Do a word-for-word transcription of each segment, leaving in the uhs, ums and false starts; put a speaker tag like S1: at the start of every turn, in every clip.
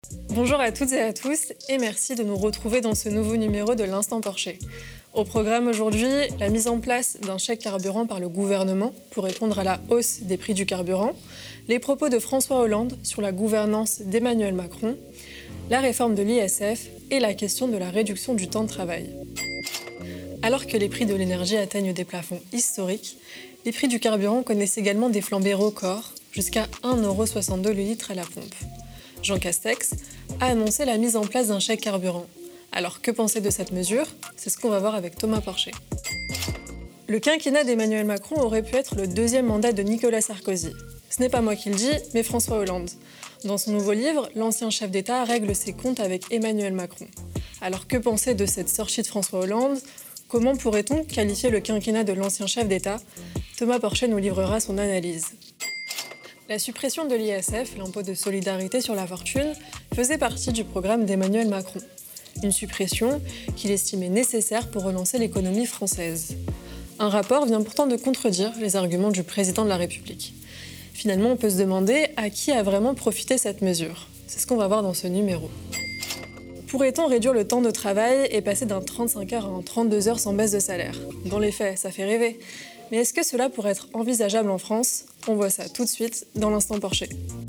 S1: Bonjour à toutes et à tous et merci de nous retrouver dans ce nouveau numéro de l'Instant Porcher. Au programme aujourd'hui, la mise en place d'un chèque carburant par le gouvernement pour répondre à la hausse des prix du carburant, les propos de François Hollande sur la gouvernance d'Emmanuel Macron, la réforme de l'I S F et la question de la réduction du temps de travail. Alors que les prix de l'énergie atteignent des plafonds historiques, les prix du carburant connaissent également des flambées records, jusqu'à un euro soixante-deux le litre à la pompe. Jean Castex a annoncé la mise en place d'un chèque carburant. Alors que penser de cette mesure? C'est ce qu'on va voir avec Thomas Porcher. Le quinquennat d'Emmanuel Macron aurait pu être le deuxième mandat de Nicolas Sarkozy. Ce n'est pas moi qui le dis, mais François Hollande. Dans son nouveau livre, l'ancien chef d'État règle ses comptes avec Emmanuel Macron. Alors que penser de cette sortie de François Hollande? Comment pourrait-on qualifier le quinquennat de l'ancien chef d'État? Thomas Porcher nous livrera son analyse. La suppression de l'I S F, l'impôt de solidarité sur la fortune, faisait partie du programme d'Emmanuel Macron. Une suppression qu'il estimait nécessaire pour relancer l'économie française. Un rapport vient pourtant de contredire les arguments du président de la République. Finalement, on peut se demander à qui a vraiment profité cette mesure. C'est ce qu'on va voir dans ce numéro. Pourrait-on réduire le temps de travail et passer d'un trente-cinq heures à un trente-deux heures sans baisse de salaire? Dans les faits, ça fait rêver. Mais est-ce que cela pourrait être envisageable en France? On voit ça tout de suite dans l'Instant Porcher.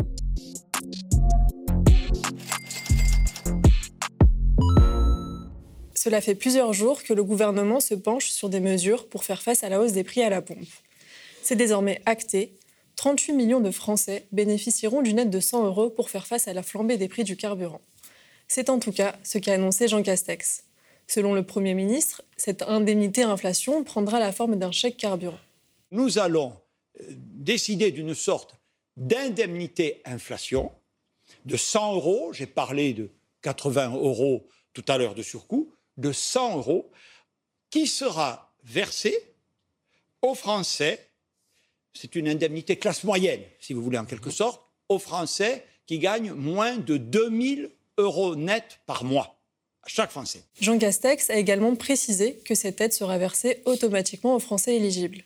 S1: Cela fait plusieurs jours que le gouvernement se penche sur des mesures pour faire face à la hausse des prix à la pompe. C'est désormais acté. trente-huit millions de Français bénéficieront d'une aide de cent euros pour faire face à la flambée des prix du carburant. C'est en tout cas ce qu'a annoncé Jean Castex. Selon le Premier ministre, cette indemnité inflation prendra la forme d'un chèque carburant.
S2: Nous allons décider d'une sorte d'indemnité inflation de cent euros. J'ai parlé de quatre-vingts euros tout à l'heure de surcoût, de cent euros, qui sera versée aux Français. C'est une indemnité classe moyenne, si vous voulez, en quelque sorte, aux Français qui gagnent moins de deux mille euros net par mois. À chaque Français.
S1: Jean Castex a également précisé que cette aide sera versée automatiquement aux Français éligibles.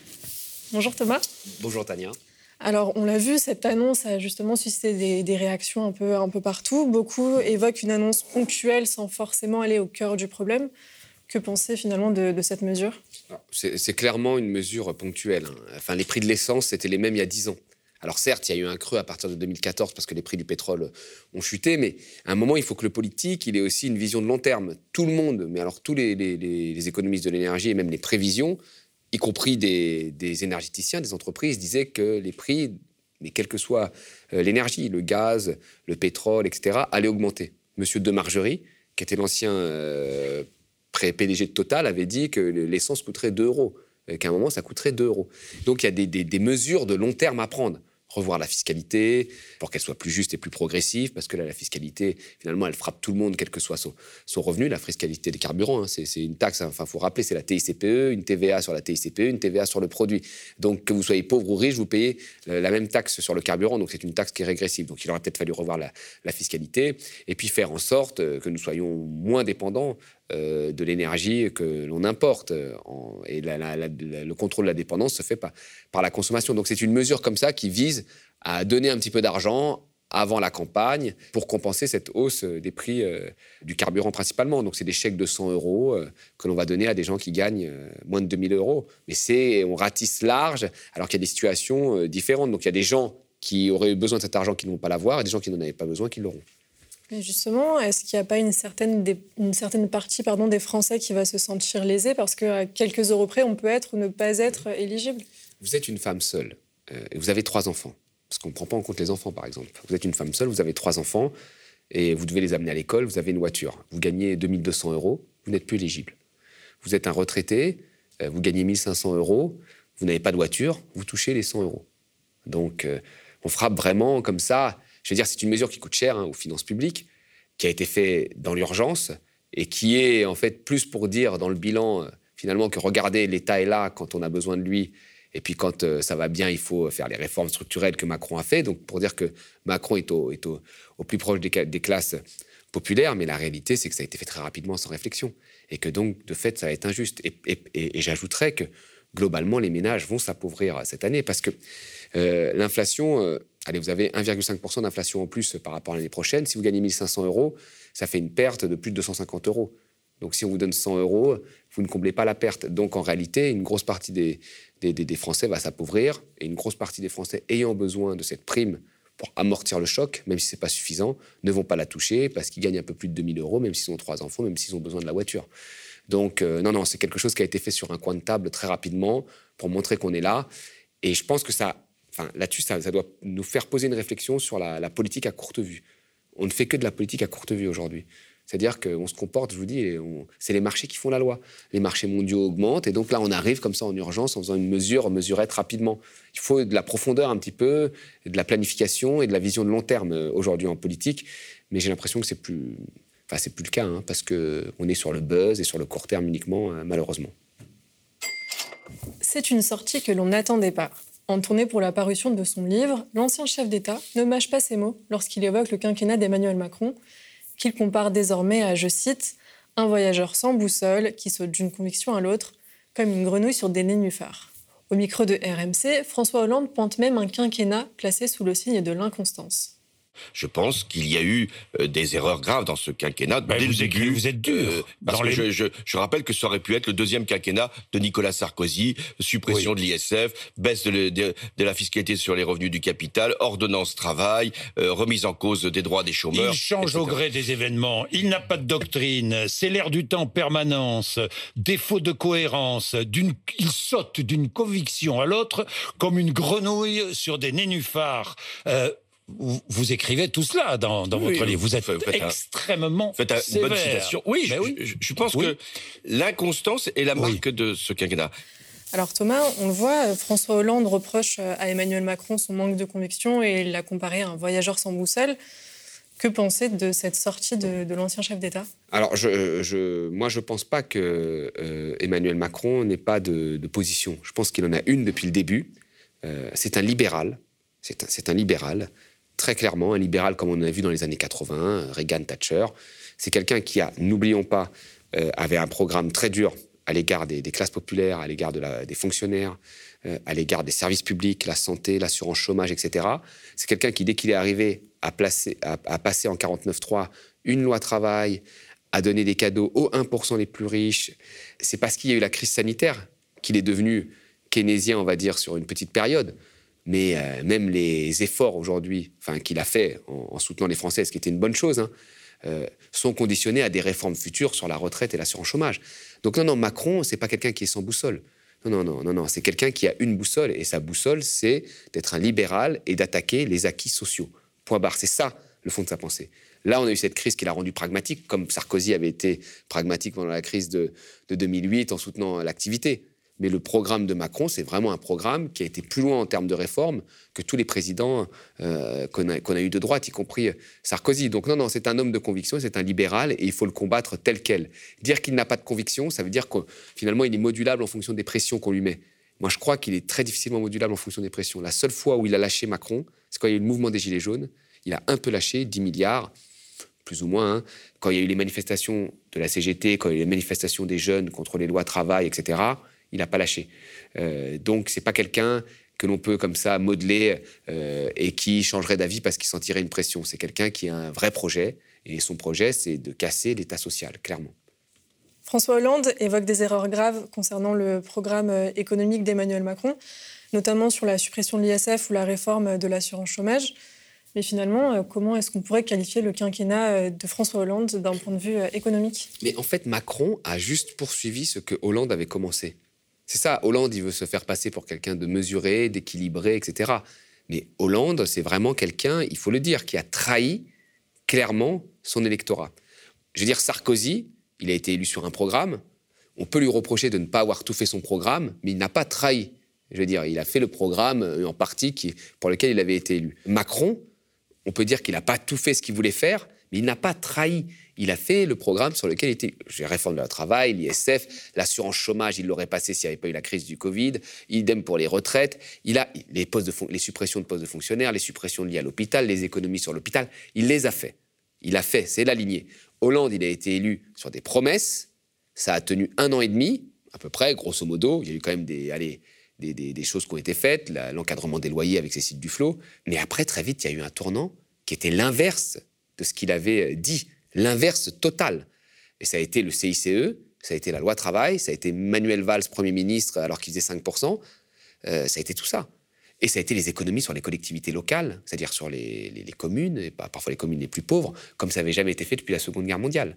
S1: Bonjour Thomas.
S3: Bonjour Tania.
S1: Alors, on l'a vu, cette annonce a justement suscité des, des réactions un peu, un peu partout. Beaucoup évoquent une annonce ponctuelle sans forcément aller au cœur du problème. Que penser finalement de, de cette mesure?
S3: c'est, c'est clairement une mesure ponctuelle. Hein. Enfin, les prix de l'essence, c'était les mêmes il y a dix ans. Alors certes, il y a eu un creux à partir de deux mille quatorze parce que les prix du pétrole ont chuté, mais à un moment, il faut que le politique, il ait aussi une vision de long terme. Tout le monde, mais alors tous les, les, les économistes de l'énergie et même les prévisions, y compris des, des énergéticiens, des entreprises, disaient que les prix, mais quelle que soit euh, l'énergie, le gaz, le pétrole, et cetera, allaient augmenter. Monsieur Demargerie, qui était l'ancien euh, P D G de Total, avait dit que l'essence coûterait deux euros, qu'à un moment, ça coûterait deux euros. Donc il y a des, des, des mesures de long terme à prendre. Revoir la fiscalité pour qu'elle soit plus juste et plus progressive, parce que là, la fiscalité, finalement, elle frappe tout le monde, quel que soit son, son revenu. La fiscalité des carburants, hein, c'est, c'est une taxe, enfin, il faut rappeler, c'est la T I C P E, une T V A sur la T I C P E, une T V A sur le produit. Donc, que vous soyez pauvre ou riche, vous payez euh, la même taxe sur le carburant, donc c'est une taxe qui est régressive. Donc, il aurait peut-être fallu revoir la, la fiscalité et puis faire en sorte euh, que nous soyons moins dépendants euh, de l'énergie que l'on importe. Euh, en, et la, la, la, le contrôle de la dépendance se fait par, par la consommation. Donc, c'est une mesure comme ça qui vise à donner un petit peu d'argent avant la campagne pour compenser cette hausse des prix euh, du carburant principalement. Donc, c'est des chèques de cent euros euh, que l'on va donner à des gens qui gagnent euh, moins de deux mille euros. Mais c'est, on ratisse large alors qu'il y a des situations euh, différentes. Donc, il y a des gens qui auraient besoin de cet argent qui ne vont pas l'avoir et des gens qui n'en avaient pas besoin qui l'auront.
S1: Mais justement, est-ce qu'il n'y a pas une certaine, des, une certaine partie pardon, des Français qui va se sentir lésée parce qu'à quelques euros près, on peut être ou ne pas être éligible?
S3: Vous êtes une femme seule. Et vous avez trois enfants, parce qu'on ne prend pas en compte les enfants, par exemple. Vous êtes une femme seule, vous avez trois enfants, et vous devez les amener à l'école, vous avez une voiture. Vous gagnez deux mille deux cents euros, vous n'êtes plus éligible. Vous êtes un retraité, vous gagnez mille cinq cents euros, vous n'avez pas de voiture, vous touchez les cent euros. Donc, euh, on frappe vraiment comme ça. Je veux dire, c'est une mesure qui coûte cher hein, aux finances publiques, qui a été faite dans l'urgence, et qui est en fait plus pour dire dans le bilan, euh, finalement, que regardez, l'État est là quand on a besoin de lui, et puis quand euh, ça va bien, il faut faire les réformes structurelles que Macron a fait. Donc pour dire que Macron est au, est au, au plus proche des, des classes populaires, mais la réalité, c'est que ça a été fait très rapidement, sans réflexion. Et que donc, de fait, ça va être injuste. Et, et, et, et j'ajouterais que, globalement, les ménages vont s'appauvrir cette année, parce que euh, l'inflation, euh, allez, vous avez un virgule cinq pour cent d'inflation en plus par rapport à l'année prochaine. Si vous gagnez mille cinq cents euros, ça fait une perte de plus de deux cent cinquante euros. Donc, si on vous donne cent euros, vous ne comblez pas la perte. Donc, en réalité, une grosse partie des, des, des, des Français va s'appauvrir et une grosse partie des Français ayant besoin de cette prime pour amortir le choc, même si ce n'est pas suffisant, ne vont pas la toucher parce qu'ils gagnent un peu plus de deux mille euros, même s'ils ont trois enfants, même s'ils ont besoin de la voiture. Donc, euh, non, non, c'est quelque chose qui a été fait sur un coin de table très rapidement pour montrer qu'on est là. Et je pense que ça, enfin, là-dessus, ça, ça doit nous faire poser une réflexion sur la, la politique à courte vue. On ne fait que de la politique à courte vue aujourd'hui. C'est-à-dire qu'on se comporte, je vous dis, on, c'est les marchés qui font la loi. Les marchés mondiaux augmentent et donc là, on arrive comme ça en urgence en faisant une mesure mesurette rapidement. Il faut de la profondeur un petit peu, de la planification et de la vision de long terme aujourd'hui en politique. Mais j'ai l'impression que c'est plus, enfin, c'est plus le cas hein, parce qu'on est sur le buzz et sur le court terme uniquement, euh, malheureusement.
S1: C'est une sortie que l'on n'attendait pas. En tournée pour la parution de son livre, l'ancien chef d'État ne mâche pas ses mots lorsqu'il évoque le quinquennat d'Emmanuel Macron, qu'il compare désormais à, je cite, « un voyageur sans boussole qui saute d'une conviction à l'autre, comme une grenouille sur des nénuphars ». Au micro de R M C, François Hollande pointe même un quinquennat placé sous le signe de l'inconstance.
S4: Je pense qu'il y a eu euh, des erreurs graves dans ce quinquennat.
S5: Ben
S4: dès
S5: vous,
S4: le début,
S5: vous êtes dur.
S4: Euh, parce
S5: dans
S4: que
S5: les...
S4: je, je, je rappelle que ça aurait pu être le deuxième quinquennat de Nicolas Sarkozy, suppression oui. de l'I S F, baisse de, de, de la fiscalité sur les revenus du capital, ordonnance travail, euh, remise en cause des droits des chômeurs.
S5: Il change et cetera au gré des événements. Il n'a pas de doctrine. C'est l'air du temps permanence. Défaut de cohérence. D'une... Il saute d'une conviction à l'autre comme une grenouille sur des nénuphars. Euh, Vous, vous écrivez tout cela dans, dans oui, votre livre. Vous êtes faites extrêmement
S4: Faites un, une bonne citation. Oui, je,
S5: oui.
S4: je, je pense
S5: oui.
S4: que l'inconstance est la marque oui. de ce quinquennat.
S1: Alors Thomas, on le voit, François Hollande reproche à Emmanuel Macron son manque de conviction et il l'a comparé à un voyageur sans boussole. Que penser de cette sortie de, de l'ancien chef d'État ?
S3: Alors, je, je, moi, je ne pense pas que euh, Emmanuel Macron n'ait pas de, de position. Je pense qu'il en a une depuis le début. Euh, c'est un libéral. C'est un, c'est un libéral. Très clairement, un libéral comme on a vu dans les années quatre-vingts, Reagan, Thatcher. C'est quelqu'un qui, a, n'oublions pas, euh, avait un programme très dur à l'égard des, des classes populaires, à l'égard de la, des fonctionnaires, euh, à l'égard des services publics, la santé, l'assurance chômage, et cetera. C'est quelqu'un qui, dès qu'il est arrivé à, placer, à, à passer en quarante-neuf trois une loi travail, à donner des cadeaux aux un pour cent les plus riches, c'est parce qu'il y a eu la crise sanitaire qu'il est devenu keynésien, on va dire, sur une petite période. Mais euh, même les efforts aujourd'hui, enfin, qu'il a fait en, en soutenant les Français, ce qui était une bonne chose, hein, euh, sont conditionnés à des réformes futures sur la retraite et l'assurance chômage. Donc non, non, Macron, c'est pas quelqu'un qui est sans boussole. Non, non, non, non, non, c'est quelqu'un qui a une boussole. Et sa boussole, c'est d'être un libéral et d'attaquer les acquis sociaux. Point barre. C'est ça, le fond de sa pensée. Là, on a eu cette crise qui l'a rendu pragmatique, comme Sarkozy avait été pragmatique pendant la crise de, de deux mille huit en soutenant l'activité. Mais le programme de Macron, c'est vraiment un programme qui a été plus loin en termes de réforme que tous les présidents euh, qu'on a, qu'on a eu de droite, y compris Sarkozy. Donc non, non, c'est un homme de conviction, c'est un libéral et il faut le combattre tel quel. Dire qu'il n'a pas de conviction, ça veut dire que finalement, il est modulable en fonction des pressions qu'on lui met. Moi, je crois qu'il est très difficilement modulable en fonction des pressions. La seule fois où il a lâché Macron, c'est quand il y a eu le mouvement des Gilets jaunes. Il a un peu lâché, dix milliards, plus ou moins. Hein. Quand il y a eu les manifestations de la C G T, quand il y a eu les manifestations des jeunes contre les lois travail, et cetera, il n'a pas lâché. Euh, donc, ce n'est pas quelqu'un que l'on peut comme ça modeler euh, et qui changerait d'avis parce qu'il sentirait une pression. C'est quelqu'un qui a un vrai projet et son projet, c'est de casser l'État social, clairement.
S1: François Hollande évoque des erreurs graves concernant le programme économique d'Emmanuel Macron, notamment sur la suppression de l'I S F ou la réforme de l'assurance chômage. Mais finalement, comment est-ce qu'on pourrait qualifier le quinquennat de François Hollande d'un point de vue économique ?
S3: Mais en fait, Macron a juste poursuivi ce que Hollande avait commencé. C'est ça, Hollande, il veut se faire passer pour quelqu'un de mesuré, d'équilibré, et cetera. Mais Hollande, c'est vraiment quelqu'un, il faut le dire, qui a trahi clairement son électorat. Je veux dire, Sarkozy, il a été élu sur un programme. On peut lui reprocher de ne pas avoir tout fait son programme, mais il n'a pas trahi. Je veux dire, il a fait le programme en partie qui, pour lequel il avait été élu. Macron, on peut dire qu'il n'a pas tout fait ce qu'il voulait faire, mais il n'a pas trahi. Il a fait le programme sur lequel il était... La réforme de la travail, l'I S F, l'assurance chômage, il l'aurait passé s'il n'y avait pas eu la crise du Covid. Idem pour les retraites. Il a les, postes de fon... les suppressions de postes de fonctionnaires, les suppressions liées à l'hôpital, les économies sur l'hôpital. Il les a fait. Il a fait, c'est la lignée. Hollande, il a été élu sur des promesses. Ça a tenu un an et demi, à peu près, grosso modo. Il y a eu quand même des, allez, des, des, des choses qui ont été faites, la, l'encadrement des loyers avec Cécile Duflot. Mais après, très vite, il y a eu un tournant qui était l'inverse de ce qu'il avait dit, l'inverse total. Et ça a été le C I C E, ça a été la loi travail, ça a été Manuel Valls, Premier ministre, alors qu'il faisait cinq pour cent. Euh, ça a été tout ça. Et ça a été les économies sur les collectivités locales, c'est-à-dire sur les, les, les communes, et parfois les communes les plus pauvres, comme ça n'avait jamais été fait depuis la Seconde Guerre mondiale.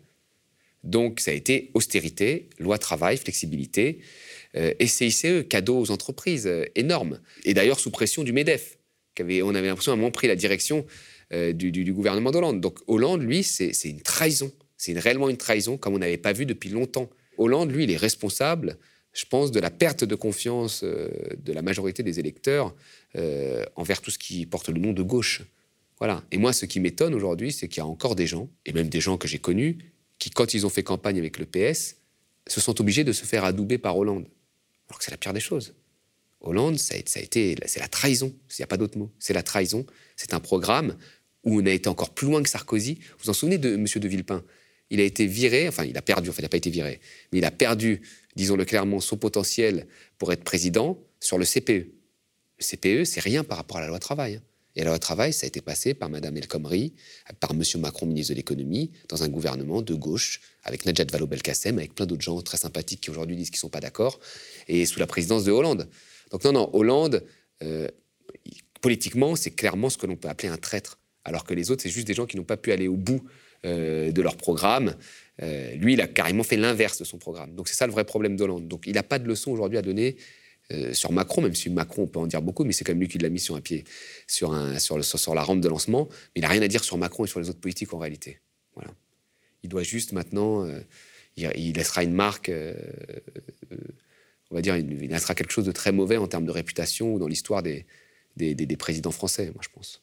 S3: Donc ça a été austérité, loi travail, flexibilité, euh, et C I C E, cadeau aux entreprises, euh, énorme. Et d'ailleurs sous pression du MEDEF, qu'avait, on avait l'impression à un moment pris la direction euh, du, du, du gouvernement d'Hollande. Donc Hollande, lui, c'est, c'est une trahison. C'est une, réellement une trahison comme on n'avait pas vu depuis longtemps. Hollande, lui, il est responsable, je pense, de la perte de confiance euh, de la majorité des électeurs euh, envers tout ce qui porte le nom de gauche. Voilà. Et moi, ce qui m'étonne aujourd'hui, c'est qu'il y a encore des gens, et même des gens que j'ai connus, qui, quand ils ont fait campagne avec le P S, se sont obligés de se faire adouber par Hollande. Alors que c'est la pire des choses. Hollande, ça a, ça a été, c'est la trahison, il n'y a pas d'autre mot. C'est la trahison. C'est un programme où on a été encore plus loin que Sarkozy. Vous vous en souvenez de M. de Villepin ? Il a été viré, enfin il a perdu, enfin il n'a pas été viré, mais il a perdu, disons-le clairement, son potentiel pour être président sur le C P E. Le C P E, c'est rien par rapport à la loi travail. Et la loi travail, ça a été passé par Mme El Khomri, par M. Macron, ministre de l'économie, dans un gouvernement de gauche, avec Najat Vallaud-Belkacem, avec plein d'autres gens très sympathiques qui aujourd'hui disent qu'ils ne sont pas d'accord, et sous la présidence de Hollande. Donc non, non, Hollande, euh, politiquement, c'est clairement ce que l'on peut appeler un traître, alors que les autres, c'est juste des gens qui n'ont pas pu aller au bout Euh, de leur programme. Euh, lui, il a carrément fait l'inverse de son programme. Donc c'est ça le vrai problème d'Hollande. Donc il n'a pas de leçon aujourd'hui à donner euh, sur Macron, même si Macron, on peut en dire beaucoup, mais c'est quand même lui qui l'a mis sur un pied, sur, un, sur, le, sur, sur la rampe de lancement. Mais il n'a rien à dire sur Macron et sur les autres politiques en réalité. Voilà. Il doit juste maintenant, euh, il, il laissera une marque, euh, euh, on va dire, il, il laissera quelque chose de très mauvais en termes de réputation ou dans l'histoire des, des, des, des présidents français, moi je pense.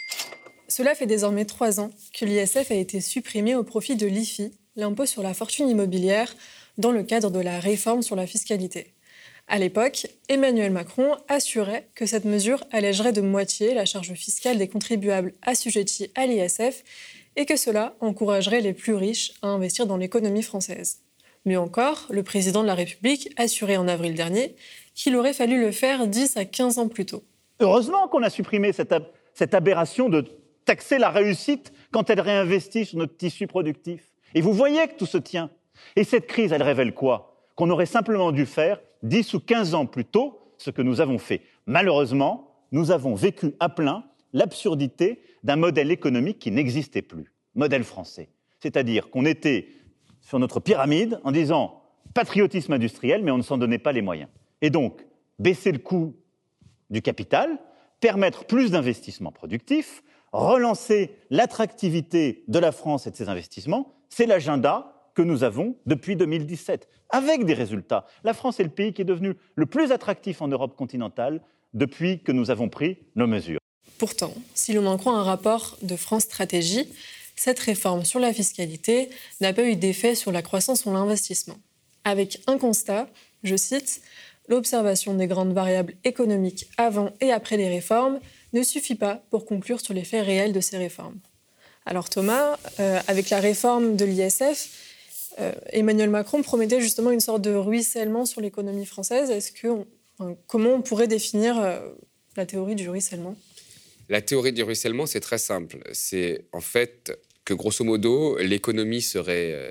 S1: Cela fait désormais trois ans que l'I S F a été supprimé au profit de l'I F I, l'impôt sur la fortune immobilière, dans le cadre de la réforme sur la fiscalité. À l'époque, Emmanuel Macron assurait que cette mesure allégerait de moitié la charge fiscale des contribuables assujettis à l'I S F et que cela encouragerait les plus riches à investir dans l'économie française. Mieux encore, le président de la République assurait en avril dernier qu'il aurait fallu le faire dix à quinze ans plus tôt.
S6: Heureusement qu'on a supprimé cette, ab- cette aberration de taxer la réussite quand elle réinvestit sur notre tissu productif. Et vous voyez que tout se tient. Et cette crise, elle révèle quoi ? Qu'on aurait simplement dû faire dix ou quinze ans plus tôt ce que nous avons fait. Malheureusement, nous avons vécu à plein l'absurdité d'un modèle économique qui n'existait plus. Modèle français. C'est-à-dire qu'on était sur notre pyramide en disant patriotisme industriel, mais on ne s'en donnait pas les moyens. Et donc, baisser le coût du capital, permettre plus d'investissements productifs, relancer l'attractivité de la France et de ses investissements, c'est l'agenda que nous avons depuis deux mille dix-sept, avec des résultats. La France est le pays qui est devenu le plus attractif en Europe continentale depuis que nous avons pris nos mesures.
S1: Pourtant, si l'on en croit un rapport de France Stratégie, cette réforme sur la fiscalité n'a pas eu d'effet sur la croissance ou l'investissement. Avec un constat, je cite, « L'observation des grandes variables économiques avant et après les réformes ne suffit pas pour conclure sur l'effet réel de ces réformes. » Alors Thomas, euh, avec la réforme de l'I S F, euh, Emmanuel Macron promettait justement une sorte de ruissellement sur l'économie française. Est-ce que on, enfin, comment on pourrait définir euh, la théorie du ruissellement ?
S3: La théorie du ruissellement, c'est très simple. C'est en fait que grosso modo, l'économie serait euh,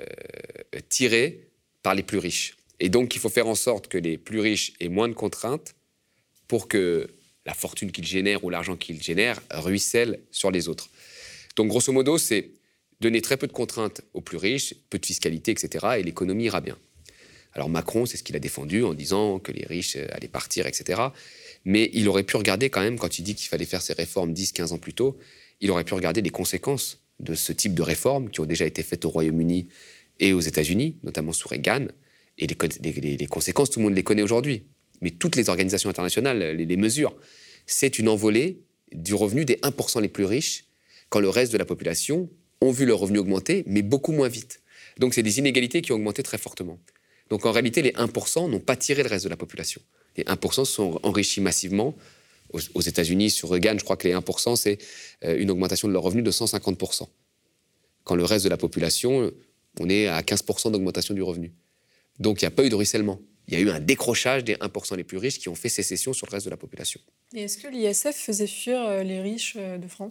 S3: tirée par les plus riches. Et donc, il faut faire en sorte que les plus riches aient moins de contraintes pour que la fortune qu'ils génèrent ou l'argent qu'ils génèrent ruisselle sur les autres. Donc, grosso modo, c'est donner très peu de contraintes aux plus riches, peu de fiscalité, et cetera, et l'économie ira bien. Alors, Macron, c'est ce qu'il a défendu en disant que les riches allaient partir, et cetera. Mais il aurait pu regarder quand même, quand il dit qu'il fallait faire ces réformes dix à quinze ans plus tôt, il aurait pu regarder les conséquences de ce type de réformes qui ont déjà été faites au Royaume-Uni et aux États-Unis, notamment sous Reagan. Et les, les, les conséquences, tout le monde les connaît aujourd'hui. Mais toutes les organisations internationales les, les mesurent. C'est une envolée du revenu des un pour cent les plus riches, quand le reste de la population ont vu leur revenu augmenter, mais beaucoup moins vite. Donc c'est des inégalités qui ont augmenté très fortement. Donc en réalité, les un pour cent n'ont pas tiré le reste de la population. Les un pour cent se sont enrichis massivement. Aux, aux États-Unis, sur Reagan, je crois que les un pour cent, c'est une augmentation de leur revenu de cent cinquante pour cent. Quand le reste de la population, on est à quinze pour cent d'augmentation du revenu. Donc il n'y a pas eu de ruissellement. il y a eu un décrochage des un pour cent les plus riches qui ont fait sécession sur le reste de la population.
S1: Et est-ce que l'I S F faisait fuir les riches de France ?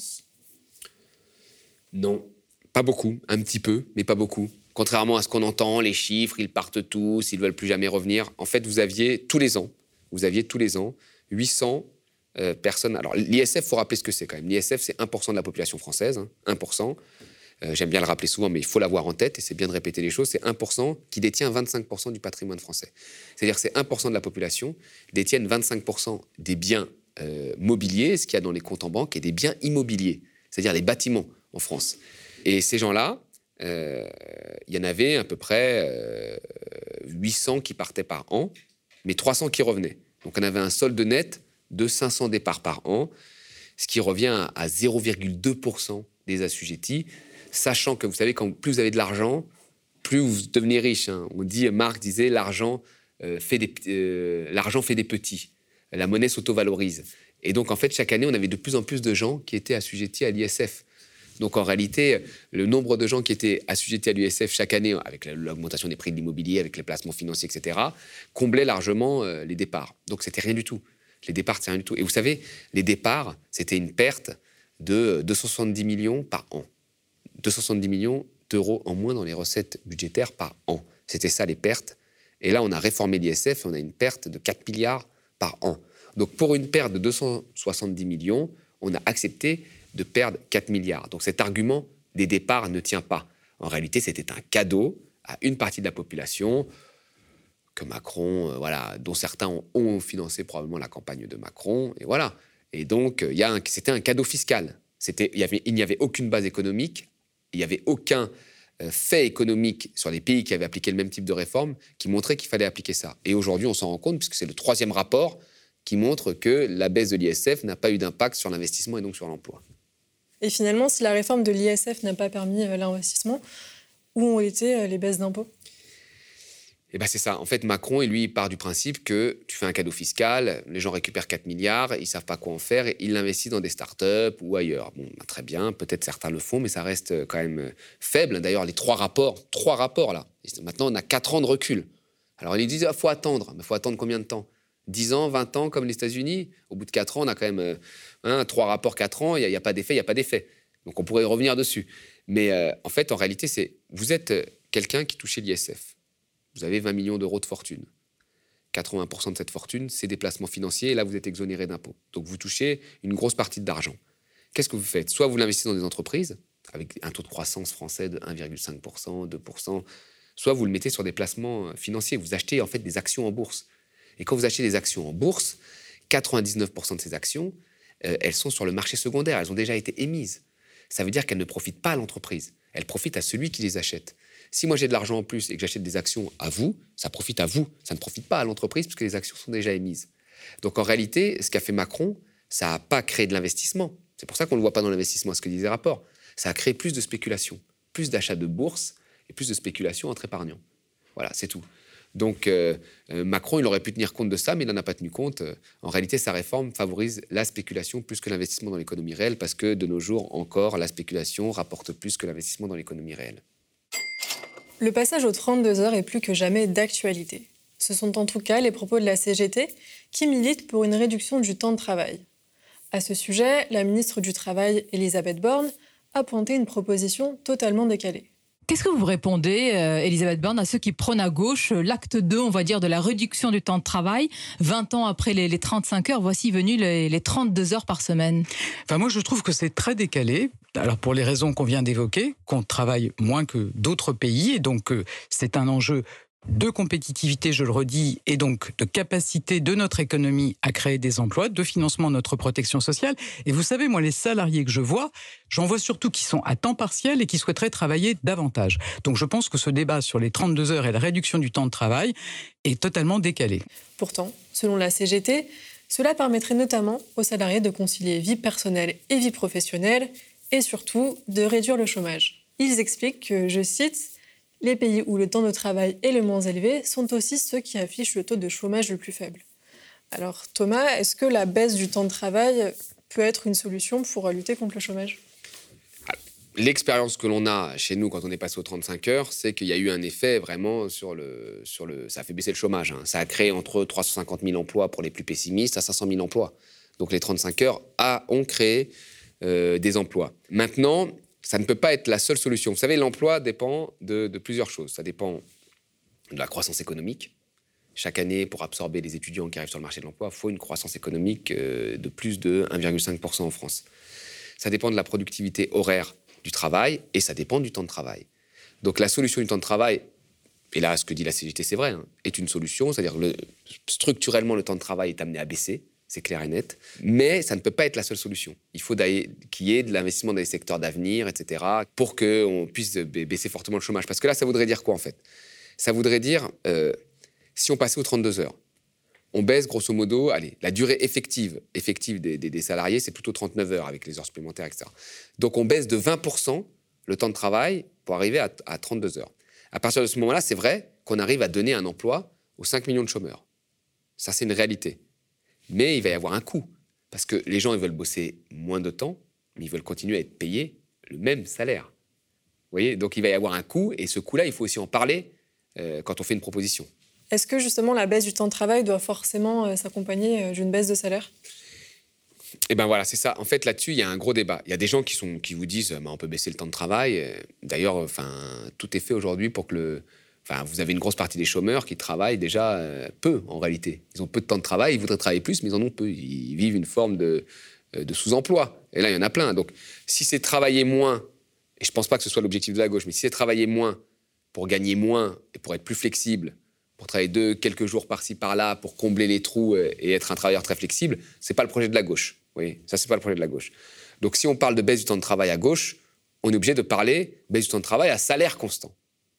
S3: Non, pas beaucoup, un petit peu, mais pas beaucoup. Contrairement à ce qu'on entend, les chiffres, ils partent tous, ils ne veulent plus jamais revenir. En fait, vous aviez tous les ans, vous aviez tous les ans huit cents euh, personnes. Alors, l'I S F, il faut rappeler ce que c'est quand même. L'I S F, c'est un pour cent de la population française, hein, un pour cent. Euh, j'aime bien le rappeler souvent, mais il faut l'avoir en tête, et c'est bien de répéter les choses. C'est un pour cent qui détient vingt-cinq pour cent du patrimoine français. C'est-à-dire que c'est un pour cent de la population détiennent vingt-cinq pour cent des biens euh, mobiliers, ce qu'il y a dans les comptes en banque, et des biens immobiliers, c'est-à-dire les bâtiments en France. Et ces gens-là, euh, il y en avait à peu près euh, huit cents qui partaient par an, mais trois cents qui revenaient. Donc on avait un solde net de cinq cents départs par an, ce qui revient à zéro virgule deux pour cent des assujettis, sachant que, vous savez, quand plus vous avez de l'argent, plus vous devenez riche. Hein. On dit, Marx disait, l'argent euh, fait des, euh, l'argent fait des petits. La monnaie s'auto-valorise. Et donc, en fait, chaque année, on avait de plus en plus de gens qui étaient assujettis à l'I S F. Donc, en réalité, le nombre de gens qui étaient assujettis à l'I S F chaque année, avec l'augmentation des prix de l'immobilier, avec les placements financiers, et cetera, comblait largement euh, les départs. Donc, c'était rien du tout. Les départs, c'est rien du tout. Et vous savez, les départs, c'était une perte de deux cent soixante-dix millions par an. deux cent soixante-dix millions d'euros en moins dans les recettes budgétaires par an. C'était ça, les pertes. Et là, on a réformé l'I S F et on a une perte de quatre milliards par an. Donc, pour une perte de deux cent soixante-dix millions, on a accepté de perdre quatre milliards. Donc, cet argument des départs ne tient pas. En réalité, c'était un cadeau à une partie de la population que Macron, euh, voilà, dont certains ont, ont financé probablement la campagne de Macron. Et voilà. Et donc, euh, y a un, c'était un cadeau fiscal. C'était, y avait, il n'y avait aucune base économique. Il n'y avait aucun euh, fait économique sur les pays qui avaient appliqué le même type de réforme qui montrait qu'il fallait appliquer ça. Et aujourd'hui, on s'en rend compte, puisque c'est le troisième rapport qui montre que la baisse de l'I S F n'a pas eu d'impact sur l'investissement et donc sur l'emploi.
S1: Et finalement, si la réforme de l'I S F n'a pas permis euh, l'investissement, où ont été euh, les baisses d'impôts ?
S3: Eh ben c'est ça. En fait, Macron, lui, il part du principe que tu fais un cadeau fiscal, les gens récupèrent quatre milliards, ils ne savent pas quoi en faire, et ils l'investissent dans des startups ou ailleurs. Bon, ben très bien, peut-être certains le font, mais ça reste quand même faible. D'ailleurs, les trois rapports, trois rapports là, maintenant on a quatre ans de recul. Alors ils disent, il ah, faut attendre. Mais il faut attendre combien de temps ? dix ans, vingt ans, comme les États-Unis. Au bout de quatre ans, on a quand même hein, trois rapports, quatre ans, il n'y a, a pas d'effet, il n'y a pas d'effet. Donc on pourrait y revenir dessus. Mais euh, en fait, en réalité, c'est vous êtes quelqu'un qui touchait l'I S F. Vous avez vingt millions d'euros de fortune. quatre-vingts pour cent de cette fortune, c'est des placements financiers, et là, vous êtes exonéré d'impôts. Donc, vous touchez une grosse partie d'argent. Qu'est-ce que vous faites ? Soit vous l'investissez dans des entreprises, avec un taux de croissance français de un virgule cinq pour cent, deux pour cent, soit vous le mettez sur des placements financiers. Vous achetez, en fait, des actions en bourse. Et quand vous achetez des actions en bourse, quatre-vingt-dix-neuf pour cent de ces actions, euh, elles sont sur le marché secondaire. Elles ont déjà été émises. Ça veut dire qu'elles ne profitent pas à l'entreprise. Elles profitent à celui qui les achète. Si moi j'ai de l'argent en plus et que j'achète des actions à vous, ça profite à vous, ça ne profite pas à l'entreprise puisque les actions sont déjà émises. Donc en réalité, ce qu'a fait Macron, ça n'a pas créé de l'investissement. C'est pour ça qu'on ne le voit pas dans l'investissement, ce que disait le rapport. Ça a créé plus de spéculation, plus d'achats de bourse et plus de spéculation entre épargnants. Voilà, c'est tout. Donc euh, Macron, il aurait pu tenir compte de ça, mais il n'en a pas tenu compte. En réalité, sa réforme favorise la spéculation plus que l'investissement dans l'économie réelle parce que de nos jours encore, la spéculation rapporte plus que l'investissement dans l'économie réelle.
S1: Le passage aux trente-deux heures est plus que jamais d'actualité. Ce sont en tout cas les propos de la C G T qui militent pour une réduction du temps de travail. À ce sujet, la ministre du Travail, Elisabeth Borne, a pointé une proposition totalement décalée.
S7: Qu'est-ce que vous répondez, euh, Elisabeth Borne, à ceux qui prônent à gauche l'acte deux, on va dire, de la réduction du temps de travail, vingt ans après les, les trente-cinq heures, voici venues les, les trente-deux heures par semaine?
S8: Enfin, moi, je trouve que c'est très décalé. Alors, pour les raisons qu'on vient d'évoquer, qu'on travaille moins que d'autres pays, et donc euh, c'est un enjeu de compétitivité, je le redis, et donc de capacité de notre économie à créer des emplois, de financement de notre protection sociale. Et vous savez, moi, les salariés que je vois, j'en vois surtout qui sont à temps partiel et qui souhaiteraient travailler davantage. Donc je pense que ce débat sur les trente-deux heures et la réduction du temps de travail est totalement décalé.
S1: Pourtant, selon la C G T, cela permettrait notamment aux salariés de concilier vie personnelle et vie professionnelle et surtout de réduire le chômage. Ils expliquent que, je cite, « Les pays où le temps de travail est le moins élevé sont aussi ceux qui affichent le taux de chômage le plus faible. » Alors Thomas, est-ce que la baisse du temps de travail peut être une solution pour lutter contre le chômage ?
S3: l'expérience que l'on a chez nous quand on est passé aux trente-cinq heures, c'est qu'il y a eu un effet vraiment sur le... Sur le ça a fait baisser le chômage. Hein. Ça a créé entre trois cent cinquante mille emplois pour les plus pessimistes à cinq cent mille emplois. Donc les trente-cinq heures a, ont créé euh, des emplois. Maintenant, ça ne peut pas être la seule solution. Vous savez, l'emploi dépend de, de plusieurs choses. Ça dépend de la croissance économique. Chaque année, pour absorber les étudiants qui arrivent sur le marché de l'emploi, il faut une croissance économique euh, de plus de un virgule cinq pour cent en France. Ça dépend de la productivité horaire du travail et ça dépend du temps de travail. Donc la solution du temps de travail, et là, ce que dit la C G T, c'est vrai, hein, est une solution. C'est-à-dire que le, structurellement, le temps de travail est amené à baisser. C'est clair et net. Mais ça ne peut pas être la seule solution. Il faut qu'il y ait de l'investissement dans les secteurs d'avenir, et cetera, pour qu'on puisse baisser fortement le chômage. Parce que là, ça voudrait dire quoi, en fait? Ça voudrait dire, euh, si on passait aux trente-deux heures, on baisse grosso modo, allez, la durée effective, effective des, des, des salariés, c'est plutôt trente-neuf heures avec les heures supplémentaires, et cetera. Donc on baisse de vingt pour cent le temps de travail pour arriver à, à trente-deux heures. À partir de ce moment-là, c'est vrai qu'on arrive à donner un emploi aux cinq millions de chômeurs. Ça, c'est une réalité. Mais il va y avoir un coût. Parce que les gens, ils veulent bosser moins de temps, mais ils veulent continuer à être payés le même salaire. Vous voyez? Donc il va y avoir un coût, et ce coût-là, il faut aussi en parler euh, quand on fait une proposition.
S1: Est-ce que justement la baisse du temps de travail doit forcément euh, s'accompagner euh, d'une baisse de salaire?
S3: Eh bien voilà, c'est ça. En fait, là-dessus, il y a un gros débat. Il y a des gens qui, sont, qui vous disent bah, on peut baisser le temps de travail. D'ailleurs, enfin, tout est fait aujourd'hui pour que le... Enfin, vous avez une grosse partie des chômeurs qui travaillent déjà euh, peu, en réalité. Ils ont peu de temps de travail, ils voudraient travailler plus, mais ils en ont peu. Ils vivent une forme de, euh, de sous-emploi. Et là, il y en a plein. Donc, si c'est travailler moins, et je ne pense pas que ce soit l'objectif de la gauche, mais si c'est travailler moins pour gagner moins et pour être plus flexible, pour travailler deux, quelques jours par-ci, par-là, pour combler les trous et être un travailleur très flexible, ce n'est pas le projet de la gauche. Vous voyez, ça, ce n'est pas le projet de la gauche. Donc, si on parle de baisse du temps de travail à gauche, on est obligé de parler baisse du temps de travail à salaire constant.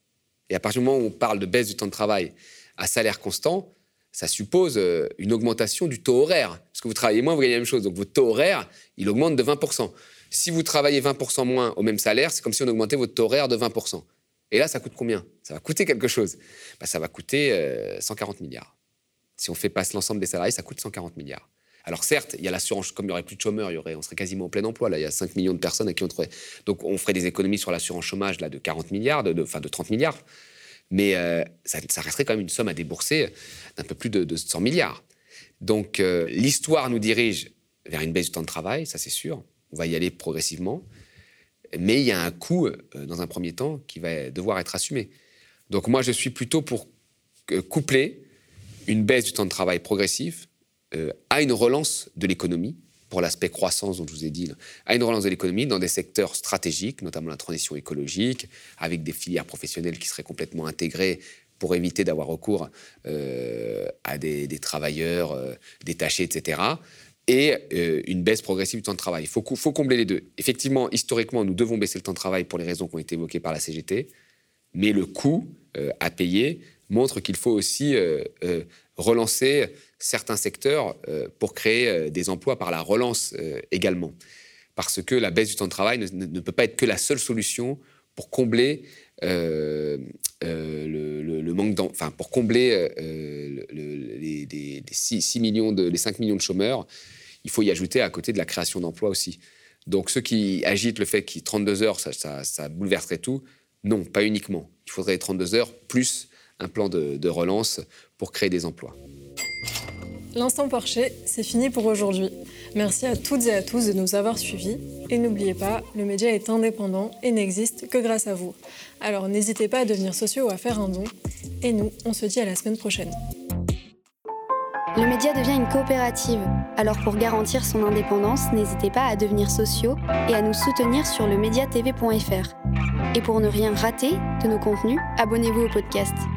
S3: Et à partir du moment où on parle de baisse du temps de travail à salaire constant, ça suppose une augmentation du taux horaire. Parce que vous travaillez moins, vous gagnez la même chose. Donc votre taux horaire, il augmente de vingt pour cent. Si vous travaillez vingt pour cent moins au même salaire, c'est comme si on augmentait votre taux horaire de vingt pour cent. Et là, ça coûte combien? Ça va coûter quelque chose. Ben, ça va coûter euh, cent quarante milliards. Si on fait passer l'ensemble des salariés, ça coûte cent quarante milliards. Alors certes, il y a l'assurance, comme il n'y aurait plus de chômeurs, il y aurait, on serait quasiment en plein emploi. Là, il y a cinq millions de personnes à qui on trouverait. Donc on ferait des économies sur l'assurance chômage là, de quarante milliards, de, de, enfin de trente milliards. Mais euh, ça, ça resterait quand même une somme à débourser d'un peu plus de, de cent milliards. Donc euh, l'histoire nous dirige vers une baisse du temps de travail, ça c'est sûr. On va y aller progressivement. Mais il y a un coût, euh, dans un premier temps, qui va devoir être assumé. Donc moi, je suis plutôt pour euh, coupler une baisse du temps de travail progressif euh, à une relance de l'économie, pour l'aspect croissance dont je vous ai dit, là, à une relance de l'économie dans des secteurs stratégiques, notamment la transition écologique, avec des filières professionnelles qui seraient complètement intégrées pour éviter d'avoir recours euh, à des, des travailleurs euh, détachés, et cetera, et euh, une baisse progressive du temps de travail. Il faut, faut combler les deux. Effectivement, historiquement, nous devons baisser le temps de travail pour les raisons qui ont été évoquées par la C G T, mais le coût euh, à payer montre qu'il faut aussi euh, euh, relancer certains secteurs euh, pour créer euh, des emplois par la relance euh, également. Parce que la baisse du temps de travail ne, ne peut pas être que la seule solution pour combler euh, euh, le, le, le manque d'em... enfin, pour combler euh, le, les, les, les, six millions de, les cinq millions de chômeurs. Il faut y ajouter à côté de la création d'emplois aussi. Donc ceux qui agitent le fait qu'il y ait trente-deux heures, ça, ça, ça bouleverserait tout. Non, pas uniquement. Il faudrait trente-deux heures plus un plan de, de relance pour créer des emplois.
S1: L'Instant Porcher, c'est fini pour aujourd'hui. Merci à toutes et à tous de nous avoir suivis. Et n'oubliez pas, le média est indépendant et n'existe que grâce à vous. Alors n'hésitez pas à devenir sociaux ou à faire un don. Et nous, on se dit à la semaine prochaine.
S9: Le média devient une coopérative. Alors pour garantir son indépendance, n'hésitez pas à devenir sociaux et à nous soutenir sur le media t v point f r. Et pour ne rien rater de nos contenus, abonnez-vous au podcast.